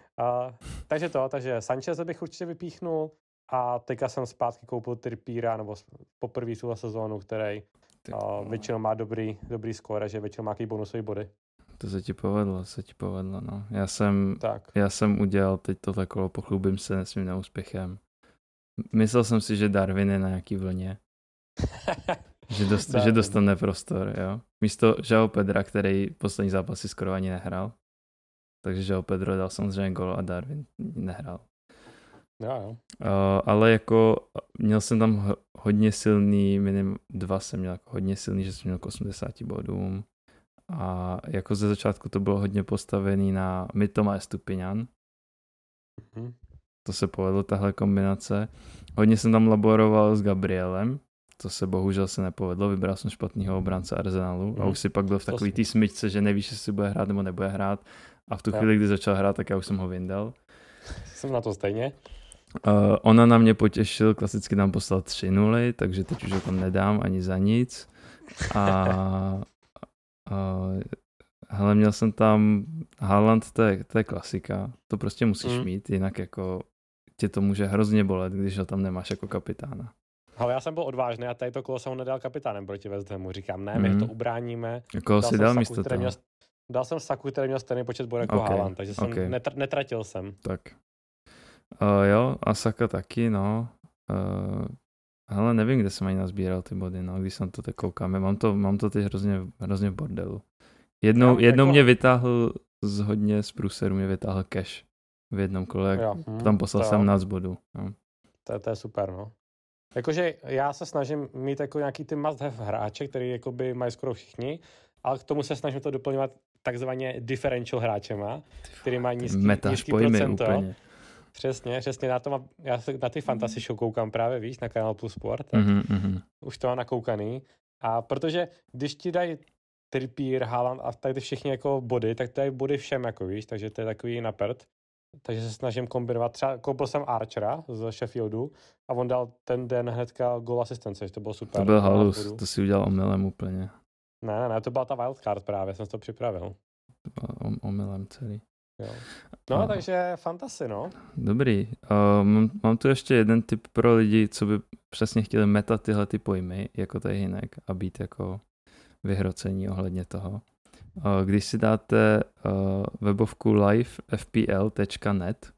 B: Takže Sanchez bych určitě vypíchnul a teďka jsem zpátky koupil Trippíra, nebo poprvé tuhle sezónu, který většinou má dobrý skóre, že většinou má nějaký bonusový body.
A: To se ti povedlo, no. Já jsem udělal teď tohle kolo, pochlubím se svým neúspěchem. Myslel jsem si, že Darwin je na nějaký vlně. že dostane prostor, jo. Místo João Pedra, který poslední zápasy skoro ani nehrál. Takže João Pedro dal samozřejmě gol a Darwin nehrál.
B: Jo.
A: Ale jako měl jsem tam hodně silný, minimum 2 jsem měl jako hodně silný, že jsem měl k 80 bodům. A jako ze začátku to bylo hodně postavený na Mitoma Estupiñán. To se povedlo, tahle kombinace. Hodně jsem tam laboroval s Gabrielem. To se bohužel nepovedlo, vybral jsem špatného obránce Arsenalu a už si pak byl v takový té smyčce, že nevíš, jestli bude hrát nebo nebude hrát a v tu chvíli, kdy začal hrát, tak já už jsem ho vyndal.
B: Jsem na to stejně.
A: Ona na mě potěšil, klasicky tam poslal 3-0, takže teď už ho tam nedám ani za nic. Hele, měl jsem tam Haaland, to je klasika, to prostě musíš mít, jinak jako tě to může hrozně bolet, když ho tam nemáš jako kapitána.
B: Ale já jsem byl odvážný a tady to kolo jsem ho nedal kapitánem proti West Hamu. Říkám, ne, my to ubráníme.
A: Jako si dal místo toho?
B: Dal jsem Saku, který měl stejný počet bodů jako Haaland, takže jsem netratil jsem.
A: Tak. Jo, a Saka taky, no. Ale nevím, kde jsem ani nazbíral ty body, no, když jsem to tak koukám. Mám to teď hrozně v bordelu. Jednou mě vytáhl z průseru, mě vytáhl cash v jednom kole, tam poslal jsem nás bodů. No.
B: To je super, no. Jakože já se snažím mít jako nějaký ty must-have hráče, který jakoby mají skoro všichni, ale k tomu se snažím to doplňovat takzvaně differential hráčema, který mají nízký procento. Úplně. Přesně, já se na ty fantasy show koukám právě, víš, na Kanál Plus Sport, tak už to mám nakoukaný. A protože když ti dají Trippier, Haaland a tady všichni jako body, tak to dají body všem, jako víš, takže to je takový naprt. Takže se snažím kombinovat. Třeba koupil jsem Archera z Sheffieldu a on dal ten den hnedka gól asistence, že to bylo super.
A: To byl halus, to si udělal omylem úplně.
B: Ne, to byla ta wildcard právě, jsem to připravil.
A: To byl omylem celý.
B: Jo. No, takže fantasy, no.
A: Dobrý. Mám tu ještě jeden tip pro lidi, co by přesně chtěli metat tyhle ty pojmy, jako tady Hinek, a být jako vyhrocení ohledně toho. Když si dáte webovku livefpl.net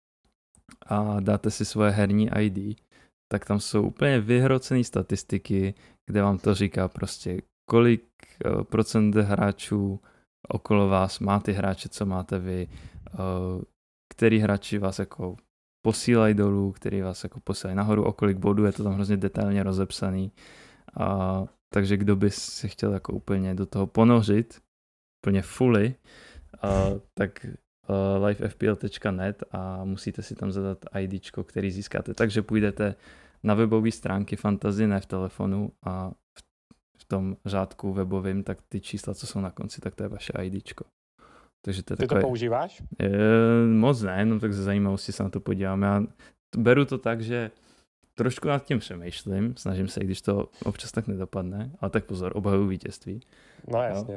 A: a dáte si svoje herní ID, tak tam jsou úplně vyhrocené statistiky, kde vám to říká prostě, kolik procent hráčů okolo vás má ty hráče, co máte vy, který hráči vás jako posílají dolů, který vás jako posílají nahoru, o kolik bodů, je to tam hrozně detailně rozepsaný. Takže kdo by se chtěl jako úplně do toho ponořit, úplně fully, tak livefpl.net a musíte si tam zadat IDčko, který získáte. Takže půjdete na webové stránky Fantasy, ne v telefonu, a v tom řádku webovým, tak ty čísla, co jsou na konci, tak to je vaše IDčko. Takže to je
B: Ty
A: takové,
B: to používáš?
A: Moc ne, no tak ze zajímavosti se na to podívám. Já beru to tak, že trošku nad tím přemýšlím, snažím se, i když to občas tak nedopadne, ale tak pozor, obhajuju vítězství.
B: No jasně.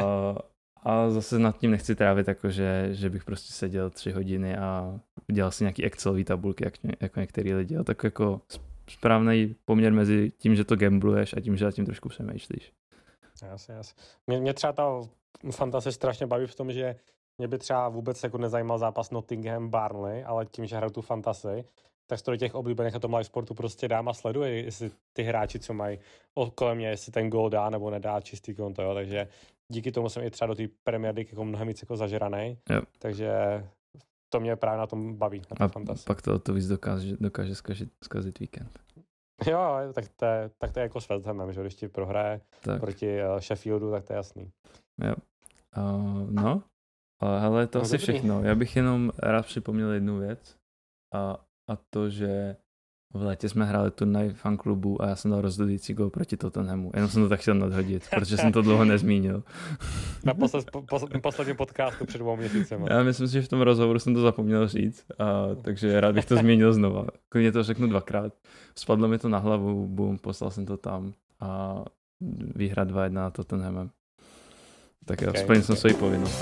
A: A zase nad tím nechci trávit jako, že bych prostě seděl 3 hodiny a dělal si nějaký Excelový tabulky, jako některý lidi. A tak jako správný poměr mezi tím, že to gambluješ a tím, že nad tím trošku přemýšlíš.
B: Jasně. Mě třeba ta fantasy strašně baví v tom, že mě by třeba vůbec jako nezajímal zápas Nottingham Burnley, ale tím, že hraju tu fantasy, tak do těch oblíbených na tom live sportu prostě dám a sleduji, jestli ty hráči, co mají okolo mě, jestli ten gól dá nebo nedá čistý konto, jo. Takže díky tomu jsem i třeba do té Premier League jako mnohem víc jako zažranej, takže to mě právě na tom baví, na té fantasy.
A: Pak to víc dokáže zkazit víkend.
B: Jo, tak to je jako s West Hamem, že když ti prohraje proti Sheffieldu, tak to je jasný.
A: Jo. No, ale hele, to asi všechno. Já bych jenom rád připomněl jednu věc a to, že v létě jsme hráli turnaj fanklubu a já jsem dal rozhodující gól proti Tottenhamu. Jenom jsem to tak chtěl nadhodit, protože jsem to dlouho nezmínil.
B: Na posledním podcastu před 2 měsícemi.
A: Já myslím si, že v tom rozhovoru jsem to zapomněl říct, takže rád bych to zmínil znova. Klidně to řeknu 2krát. Spadlo mi to na hlavu, boom, poslal jsem to tam a výhra 2-1 na Tottenhamem. Tak jo, splnil jsem svoji povinnost.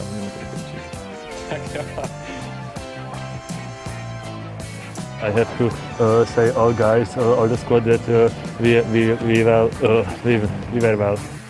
B: Tak jo.
C: I have to say all guys, all the squad that we were well.